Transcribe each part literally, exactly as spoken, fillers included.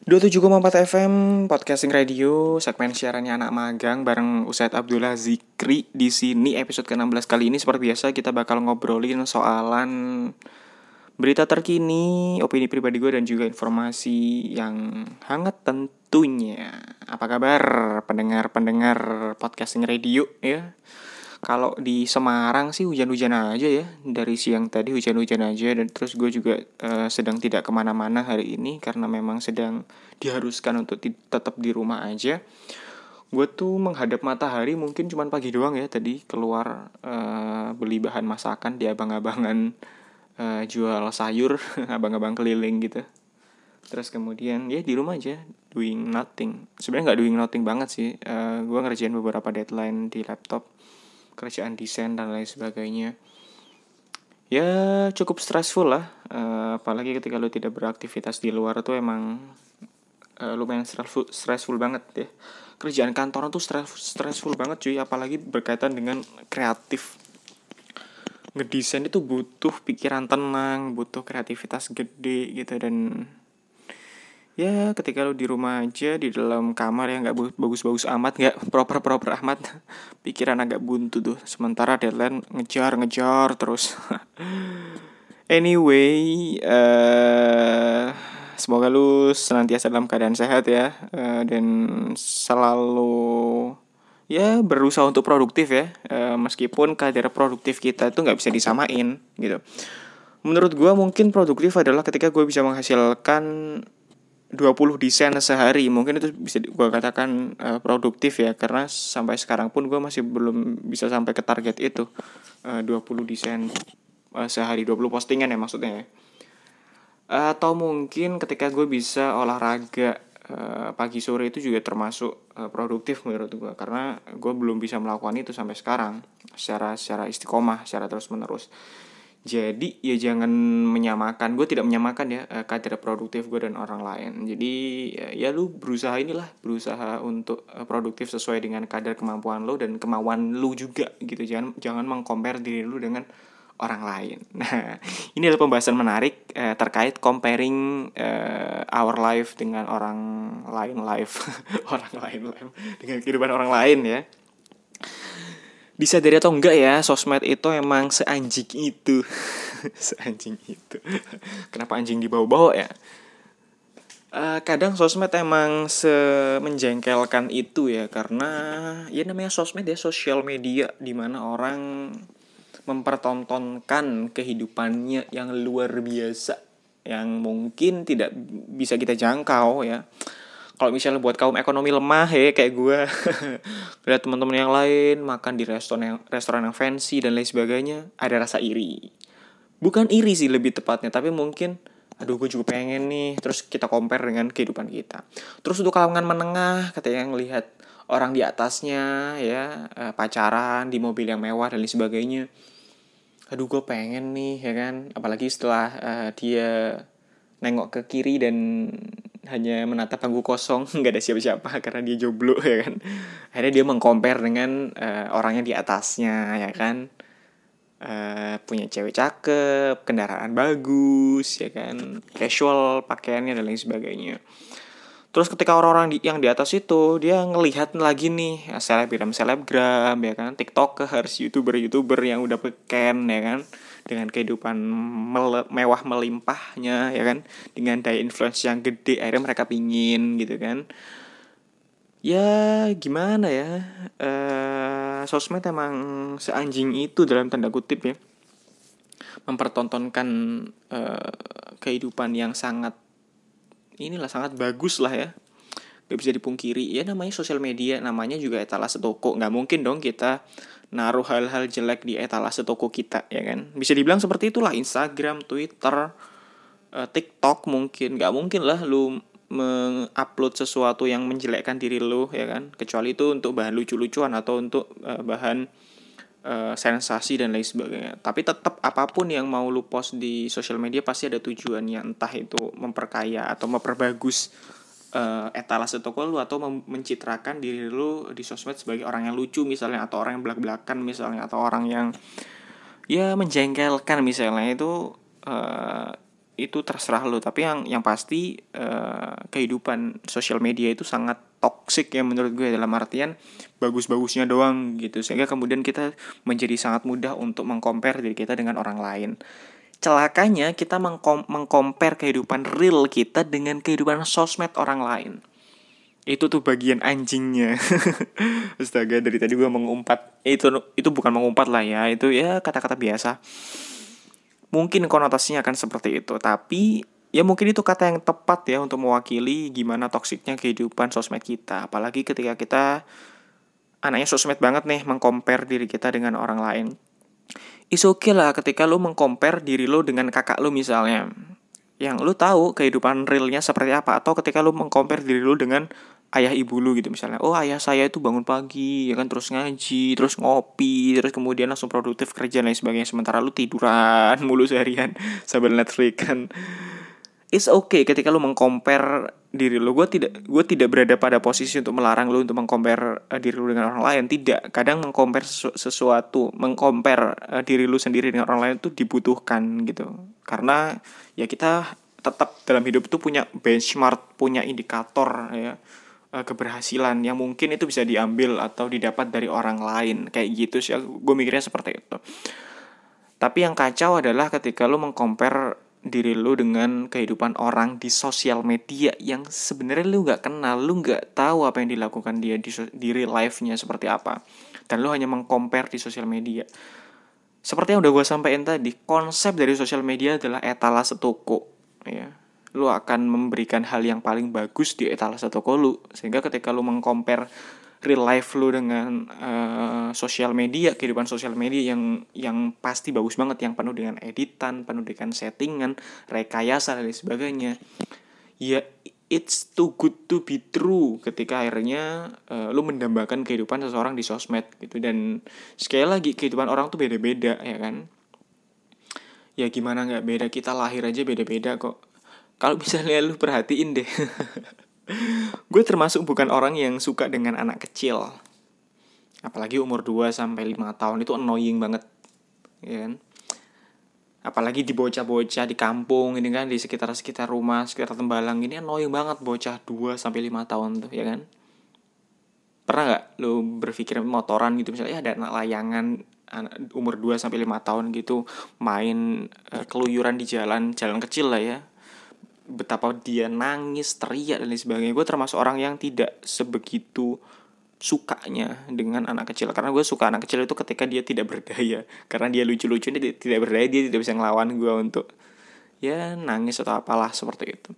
dua puluh tujuh koma empat F M Podcasting Radio, segmen siarannya anak magang bareng Ustadz Abdullah Zikri. Di sini episode ke enam belas kali ini seperti biasa kita bakal ngobrolin soalan berita terkini, opini pribadi gue dan juga informasi yang hangat tentunya. Apa kabar pendengar-pendengar Podcasting Radio ya? Kalau di Semarang sih hujan-hujan aja ya. Dari siang tadi hujan-hujan aja. Dan terus gue juga uh, sedang tidak kemana-mana hari ini karena memang sedang diharuskan untuk t- tetap di rumah aja. Gue tuh menghadap matahari mungkin cuma pagi doang ya. Tadi keluar uh, beli bahan masakan di abang-abangan uh, jual sayur, abang-abang keliling gitu. Terus kemudian ya di rumah aja, doing nothing. Sebenarnya nggak doing nothing banget sih. Uh, gue ngerjain beberapa deadline di laptop, kerjaan desain dan lain sebagainya. Ya cukup stressful lah, uh, apalagi ketika lo tidak beraktivitas di luar tuh emang uh, lumayan stressful, stressful banget ya. Kerjaan kantoran tuh stress, stressful banget cuy, apalagi berkaitan dengan kreatif. Ngedesain itu butuh pikiran tenang, butuh kreativitas gede gitu. Dan ya ketika lu di rumah aja, di dalam kamar ya gak bagus-bagus amat, gak proper-proper amat, pikiran agak buntu tuh. Sementara deadline ngejar-ngejar terus. Anyway, uh, semoga lu senantiasa dalam keadaan sehat ya, uh, dan selalu ya berusaha untuk produktif ya, uh, meskipun kadar produktif kita itu gak bisa disamain gitu. Menurut gue mungkin produktif adalah ketika gue bisa menghasilkan dua puluh desain sehari. Mungkin itu bisa gue katakan uh, produktif ya. Karena sampai sekarang pun gue masih belum bisa sampai ke target itu, uh, dua puluh desain uh, sehari, dua puluh postingan ya maksudnya ya. uh, Atau mungkin ketika gue bisa olahraga uh, pagi sore itu juga termasuk uh, produktif menurut gue. Karena gue belum bisa melakukan itu sampai sekarang Secara, secara istiqomah, secara terus menerus. Jadi ya jangan menyamakan, gue tidak menyamakan ya kadar produktif gue dan orang lain. Jadi ya, ya lu berusaha inilah, berusaha untuk produktif sesuai dengan kadar kemampuan lu dan kemauan lu juga gitu. Jangan jangan mengcompare diri lu dengan orang lain. Nah, ini adalah pembahasan menarik eh, terkait comparing eh, our life dengan orang lain life, orang lain life dengan kehidupan orang lain ya. Disadari atau enggak ya, sosmed itu emang seanjing itu. Seanjing itu. Kenapa anjing dibawa-bawa ya? Uh, kadang sosmed emang semenjengkelkan itu ya. Karena ya namanya sosmed ya, sosial media, dimana orang mempertontonkan kehidupannya yang luar biasa, yang mungkin tidak bisa kita jangkau ya. Kalau misalnya buat kaum ekonomi lemah ya kayak gue, lihat teman-teman yang lain makan di restoran yang restoran yang fancy dan lain sebagainya, ada rasa iri. Bukan iri sih lebih tepatnya, tapi mungkin aduh gue juga pengen nih. Terus kita compare dengan kehidupan kita. Terus untuk kalangan menengah, ketika yang lihat orang di atasnya ya pacaran di mobil yang mewah dan lain sebagainya, aduh gue pengen nih ya kan. Apalagi setelah uh, dia nengok ke kiri dan hanya menatap bangku kosong, nggak ada siapa-siapa karena dia jomblo ya kan. Akhirnya dia mengcompare dengan uh, orang yang di atasnya ya kan, uh, punya cewek cakep, kendaraan bagus ya kan, casual pakaiannya dan lain sebagainya. Terus ketika orang-orang di, yang di atas itu dia ngelihat lagi nih selebgram selebgram ya kan, tiktokers, youtuber youtuber yang udah beken ya kan, dengan kehidupan mele- mewah melimpahnya ya kan, dengan daya influence yang gede, akhirnya mereka pingin gitu kan. Ya gimana ya, uh, sosmed emang seanjing itu dalam tanda kutip ya, mempertontonkan uh, kehidupan yang sangat inilah, sangat bagus lah ya, gak bisa dipungkiri ya. Namanya sosial media, namanya juga etalase toko, gak mungkin dong kita naruh hal-hal jelek di etalase toko kita ya kan. Bisa dibilang seperti itulah Instagram, Twitter, uh, TikTok mungkin. Gak mungkin lah lu mengupload sesuatu yang menjelekkan diri lu ya kan, kecuali itu untuk bahan lucu-lucuan atau untuk uh, bahan uh, sensasi dan lain sebagainya. Tapi tetap apapun yang mau lu post di sosial media pasti ada tujuannya, entah itu memperkaya atau memperbagus uh, etalase toko lu, atau mem- mencitrakan diri lu di sosmed sebagai orang yang lucu misalnya, atau orang yang belak-belakan misalnya, atau orang yang ya menjengkelkan misalnya. Itu uh, itu terserah lo. Tapi yang yang pasti uh, kehidupan sosial media itu sangat toksik ya menurut gue, dalam artian bagus-bagusnya doang gitu, sehingga kemudian kita menjadi sangat mudah untuk mengcompare diri kita dengan orang lain. Celakanya kita mengkom- mengcompare kehidupan real kita dengan kehidupan sosmed orang lain. Itu tuh bagian anjingnya. Astaga, dari tadi gue mengumpat. Itu itu bukan mengumpat lah ya, itu ya kata-kata biasa. Mungkin konotasinya akan seperti itu, tapi ya mungkin itu kata yang tepat ya untuk mewakili gimana toksiknya kehidupan sosmed kita. Apalagi ketika kita anaknya sosmed banget nih, mengcompare diri kita dengan orang lain. Is okay lah ketika lo mengcompare diri lo dengan kakak lo misalnya, yang lo tahu kehidupan realnya seperti apa. Atau ketika lo mengcompare diri lo dengan ayah ibu lo gitu misalnya. Oh, ayah saya itu bangun pagi ya kan, terus ngaji, terus ngopi, terus kemudian langsung produktif kerja dan lain sebagainya. Sementara lo tiduran mulu seharian sambil Netflix kan. It's okay ketika lo mengcompare diri lo. Gue tidak gue tidak berada pada posisi untuk melarang lo untuk mengcompare uh, diri lo dengan orang lain. Tidak. Kadang mengcompare sesu- sesuatu, mengcompare uh, diri lo sendiri dengan orang lain itu dibutuhkan gitu. Karena ya kita tetap dalam hidup itu punya benchmark, punya indikator ya, uh, keberhasilan yang mungkin itu bisa diambil atau didapat dari orang lain. Kayak gitu sih. Gue mikirnya seperti itu. Tapi yang kacau adalah ketika lo mengcompare diri lu dengan kehidupan orang di sosial media yang sebenarnya lu nggak kenal, lu nggak tahu apa yang dilakukan dia di, di real life-nya seperti apa, dan lu hanya mengcompare di sosial media. Seperti yang udah gue sampaikan tadi, konsep dari sosial media adalah etalase toko, ya. Lu akan memberikan hal yang paling bagus di etalase toko lu, sehingga ketika lu mengcompare real life lu dengan uh, sosial media, kehidupan sosial media yang yang pasti bagus banget, yang penuh dengan editan, penuh dengan settingan, rekayasa dan lain sebagainya. Ya, it's too good to be true ketika akhirnya uh, lu mendambakan kehidupan seseorang di sosmed gitu. Dan sekali lagi, kehidupan orang tuh beda-beda ya kan. Ya gimana nggak beda, kita lahir aja beda-beda kok. Kalau misalnya lu perhatiin deh. Gue termasuk bukan orang yang suka dengan anak kecil. Apalagi umur dua sampai lima tahun itu annoying banget. Ya kan? Apalagi di bocah-bocah di kampung ini kan, di sekitar-sekitar rumah, sekitar Tembalang ini annoying banget bocah dua sampai lima tahun tuh, ya kan? Pernah gak lu berpikir motoran gitu misalnya, ya ada anak layangan anak umur dua sampai lima tahun gitu main uh, keluyuran di jalan, jalan kecil lah ya. Betapa dia nangis, teriak dan lain sebagainya. Gue termasuk orang yang tidak sebegitu sukanya dengan anak kecil, karena gue suka anak kecil itu ketika dia tidak berdaya, karena dia lucu-lucu, dia tidak berdaya, dia tidak bisa ngelawan gue untuk ya nangis atau apalah seperti itu.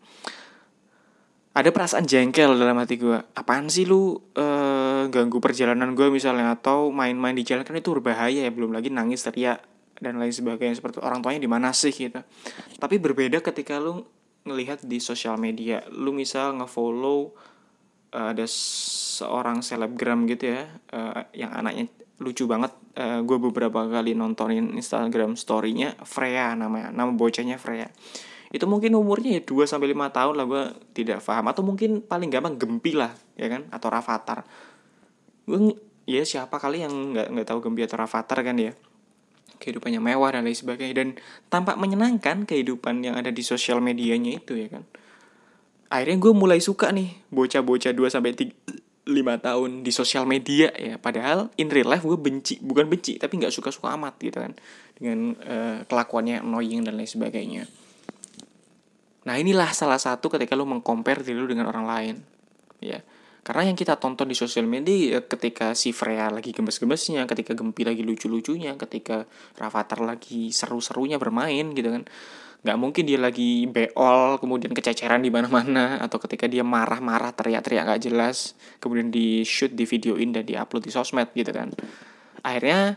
Ada perasaan jengkel dalam hati gue, apaan sih lu uh, ganggu perjalanan gue misalnya, atau main-main di jalan kan itu berbahaya ya, belum lagi nangis, teriak dan lain sebagainya, seperti orang tuanya di mana sih gitu. Tapi berbeda ketika lu ngelihat di sosial media, lu misal ngefollow uh, ada seorang selebgram gitu ya, uh, yang anaknya lucu banget. Uh, gue beberapa kali nontonin Instagram story-nya, Freya namanya, nama bocahnya Freya. Itu mungkin umurnya ya dua sampai lima tahun lah, gue tidak paham. Atau mungkin paling gampang Gempi lah, ya kan, atau Rafathar. Gue ya siapa kali yang nggak nggak tahu Gempi atau Rafathar kan ya. Kehidupannya mewah dan lain sebagainya, dan tampak menyenangkan kehidupan yang ada di sosial medianya itu ya kan. Akhirnya gue mulai suka nih bocah-bocah dua sampai lima tahun di sosial media ya. Padahal in real life gue benci, bukan benci tapi gak suka-suka amat gitu kan, dengan uh, kelakuannya annoying dan lain sebagainya. Nah inilah salah satu ketika lu mengcompare diri lu dengan orang lain ya. Karena yang kita tonton di sosial media, ketika si Freya lagi gemes-gemesnya, ketika Gempi lagi lucu-lucunya, ketika Rafathar lagi seru-serunya bermain gitu kan, nggak mungkin dia lagi beol kemudian kececeran di mana-mana, atau ketika dia marah-marah teriak-teriak nggak jelas kemudian di shoot, di videoin dan di upload di sosmed gitu kan. Akhirnya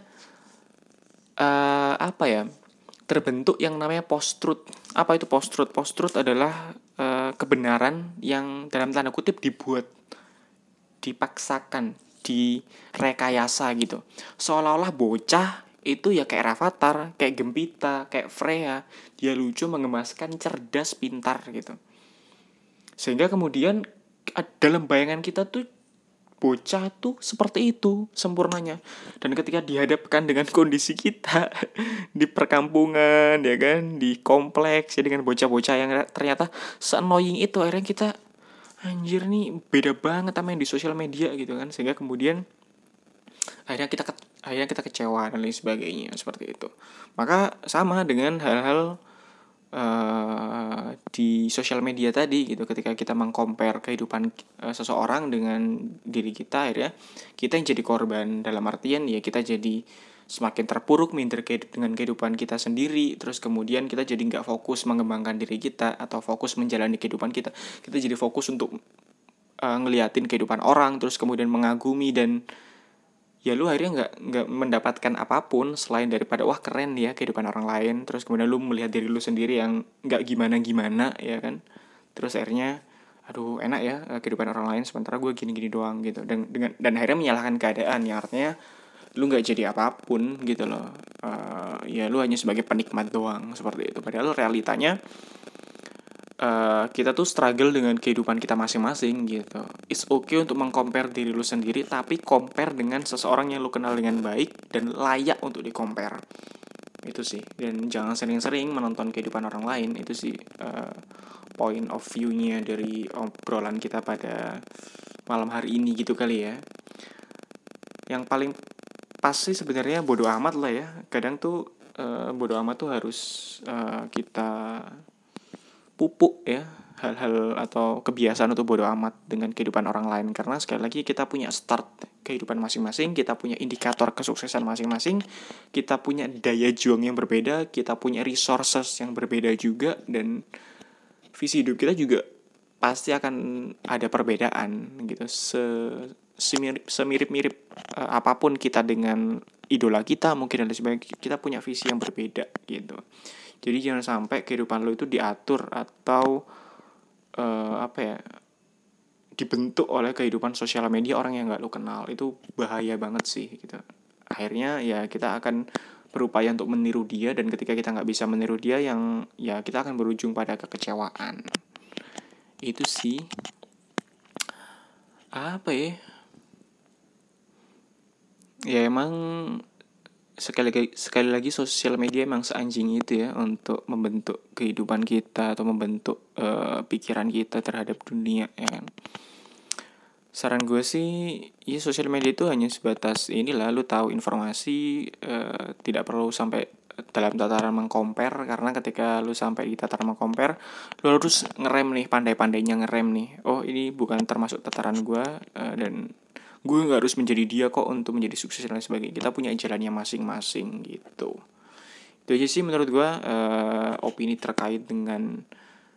uh, apa ya, terbentuk yang namanya post-truth. Apa itu post-truth? Post-truth adalah uh, kebenaran yang dalam tanda kutip dibuat, dipaksakan, direkayasa gitu. Seolah-olah bocah itu ya kayak Rafathar, kayak Gempita, kayak Freya. Dia lucu, mengemaskan, cerdas, pintar gitu. Sehingga kemudian dalam bayangan kita tuh bocah tuh seperti itu sempurnanya. Dan ketika dihadapkan dengan kondisi kita di perkampungan ya kan, di kompleks ya, dengan bocah-bocah yang ternyata se-annoying itu, akhirnya kita anjir nih beda banget sama yang di sosial media gitu kan, sehingga kemudian akhirnya kita ke, akhirnya kita kecewa dan lain sebagainya seperti itu. Maka sama dengan hal-hal uh, di sosial media tadi gitu, ketika kita mengcompare kehidupan uh, seseorang dengan diri kita, akhirnya kita yang jadi korban, dalam artian ya kita jadi semakin terpuruk minder dengan kehidupan kita sendiri. Terus kemudian kita jadi nggak fokus mengembangkan diri kita atau fokus menjalani kehidupan kita. Kita jadi fokus untuk uh, ngeliatin kehidupan orang, terus kemudian mengagumi, dan ya lu akhirnya nggak nggak mendapatkan apapun selain daripada wah keren ya kehidupan orang lain. Terus kemudian lu melihat diri lu sendiri yang nggak gimana gimana ya kan. Terus akhirnya aduh enak ya kehidupan orang lain, sementara gue gini-gini doang gitu. Dan dengan dan akhirnya menyalahkan keadaan, yang artinya lu nggak jadi apapun gitu loh. Uh, ya lu hanya sebagai penikmat doang seperti itu. Padahal realitanya Uh, kita tuh struggle dengan kehidupan kita masing-masing gitu. It's okay untuk mengcompare diri lu sendiri, tapi compare dengan seseorang yang lu kenal dengan baik dan layak untuk di-compare. Itu sih. Dan jangan sering-sering menonton kehidupan orang lain. Itu sih uh, point of view-nya dari obrolan kita pada malam hari ini gitu kali ya. Yang paling pasti sebenarnya bodo amat lah ya. Kadang tuh uh, bodo amat tuh harus uh, kita pupuk ya, hal-hal atau kebiasaan untuk bodo amat dengan kehidupan orang lain. Karena sekali lagi kita punya start kehidupan masing-masing, kita punya indikator kesuksesan masing-masing, kita punya daya juang yang berbeda, kita punya resources yang berbeda juga, dan visi hidup kita juga pasti akan ada perbedaan gitu. Se semirip semirip-mirip uh, apapun kita dengan idola kita mungkin, dan sebagainya, kita punya visi yang berbeda gitu. Jadi jangan sampai kehidupan lo itu diatur atau uh, apa ya, dibentuk oleh kehidupan sosial media orang yang nggak lo kenal. Itu bahaya banget sih gitu. Akhirnya ya kita akan berupaya untuk meniru dia, dan ketika kita nggak bisa meniru dia, yang ya kita akan berujung pada kekecewaan. Itu sih apa ya? Ya emang sekali lagi sekali lagi sosial media emang seanjing itu ya untuk membentuk kehidupan kita atau membentuk uh, pikiran kita terhadap dunia ya kan. Saran gue sih ya sosial media itu hanya sebatas inilah, lu tahu informasi, uh, tidak perlu sampai dalam tataran mengcompare, karena ketika lu sampai di tataran mengcompare, lu harus ngerem nih, pandai-pandainya ngerem nih. Oh ini bukan termasuk tataran gue, uh, dan gue gak harus menjadi dia kok untuk menjadi sukses dan sebagainya. Kita punya jalannya masing-masing gitu. Itu aja sih menurut gue uh, opini terkait dengan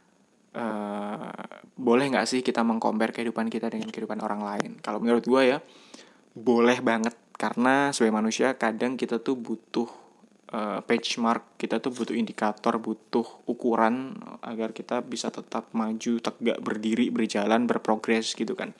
uh, boleh gak sih kita mengcompare kehidupan kita dengan kehidupan orang lain. Kalau menurut gue ya boleh banget, karena sebagai manusia kadang kita tuh butuh uh, benchmark, kita tuh butuh indikator, butuh ukuran agar kita bisa tetap maju, tegak berdiri, berjalan, berprogres gitu kan.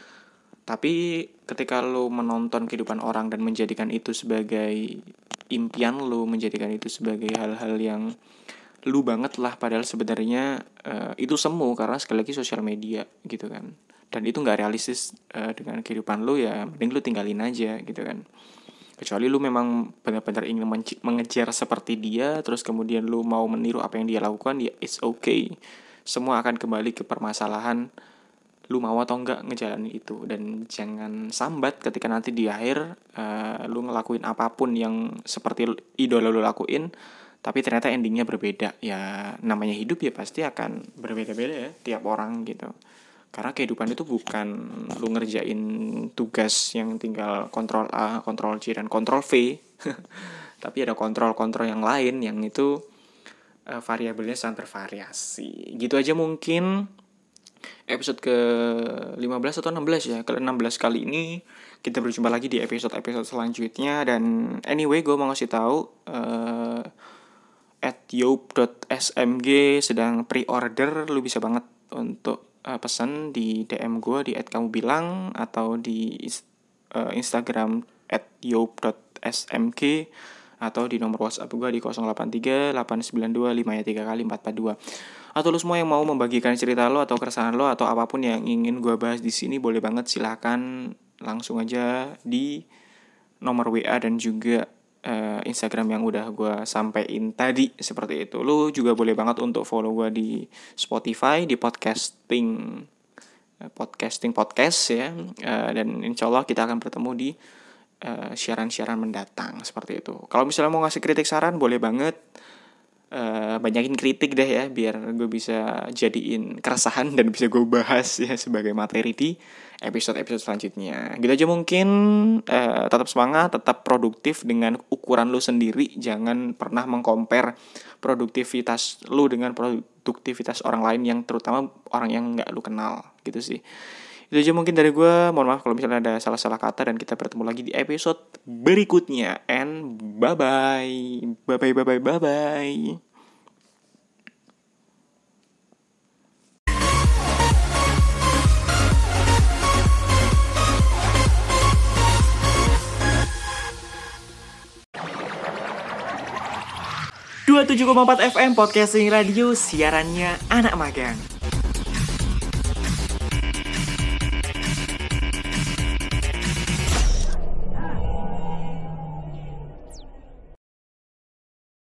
Tapi ketika lo menonton kehidupan orang dan menjadikan itu sebagai impian lo, menjadikan itu sebagai hal-hal yang lu banget lah, padahal sebenarnya uh, itu semu, karena sekali lagi sosial media gitu kan. Dan itu gak realistis uh, dengan kehidupan lo, ya mending lu tinggalin aja gitu kan. Kecuali lu memang benar-benar ingin men- mengejar seperti dia, terus kemudian lu mau meniru apa yang dia lakukan, ya it's okay. Semua akan kembali ke permasalahan lu mau atau enggak ngejalanin itu. Dan jangan sambat ketika nanti di akhir uh, lu ngelakuin apapun yang seperti idola lu lakuin, tapi ternyata endingnya berbeda. Ya namanya hidup ya pasti akan berbeda-beda ya tiap orang gitu. Karena kehidupan itu bukan lu ngerjain tugas yang tinggal kontrol A, kontrol C, dan kontrol V. Tapi ada kontrol-kontrol yang lain yang itu uh, variabelnya sangat bervariasi. Gitu aja mungkin episode ke lima belas atau enam belas ya. Ke enam belas kali ini kita berjumpa lagi di episode-episode selanjutnya. Dan anyway, gue mau ngasih tahu uh, at yob dot s m g sedang pre-order. Lu bisa banget untuk uh, pesan di D M gue di at kamu bilang, atau di uh, Instagram at yob dot s m g, atau di nomor WhatsApp gue di nol delapan tiga delapan sembilan dua lima tiga kali empat empat dua. Atau lu semua yang mau membagikan cerita lo atau keresahan lo atau apapun yang ingin gue bahas di sini, boleh banget, silahkan langsung aja di nomor W A dan juga uh, Instagram yang udah gue sampein tadi, seperti itu. Lu juga boleh banget untuk follow gue di Spotify, di podcasting podcasting podcast ya, uh, dan insya Allah kita akan bertemu di uh, siaran-siaran mendatang, seperti itu. Kalau misalnya mau ngasih kritik saran boleh banget. Uh, banyakin kritik deh ya, biar gue bisa jadiin keresahan dan bisa gue bahas ya sebagai materi di episode-episode selanjutnya. Gitu aja mungkin. Uh, tetap semangat, tetap produktif dengan ukuran lu sendiri. Jangan pernah mengcompare produktivitas lu dengan produktivitas orang lain, yang terutama orang yang gak lu kenal, gitu sih. Itu aja mungkin dari gue. Mohon maaf kalau misalnya ada salah-salah kata, dan kita bertemu lagi di episode berikutnya. And bye-bye. Bye-bye, bye-bye, bye-bye. dua puluh tujuh koma empat F M Podcasting Radio, siarannya anak magang.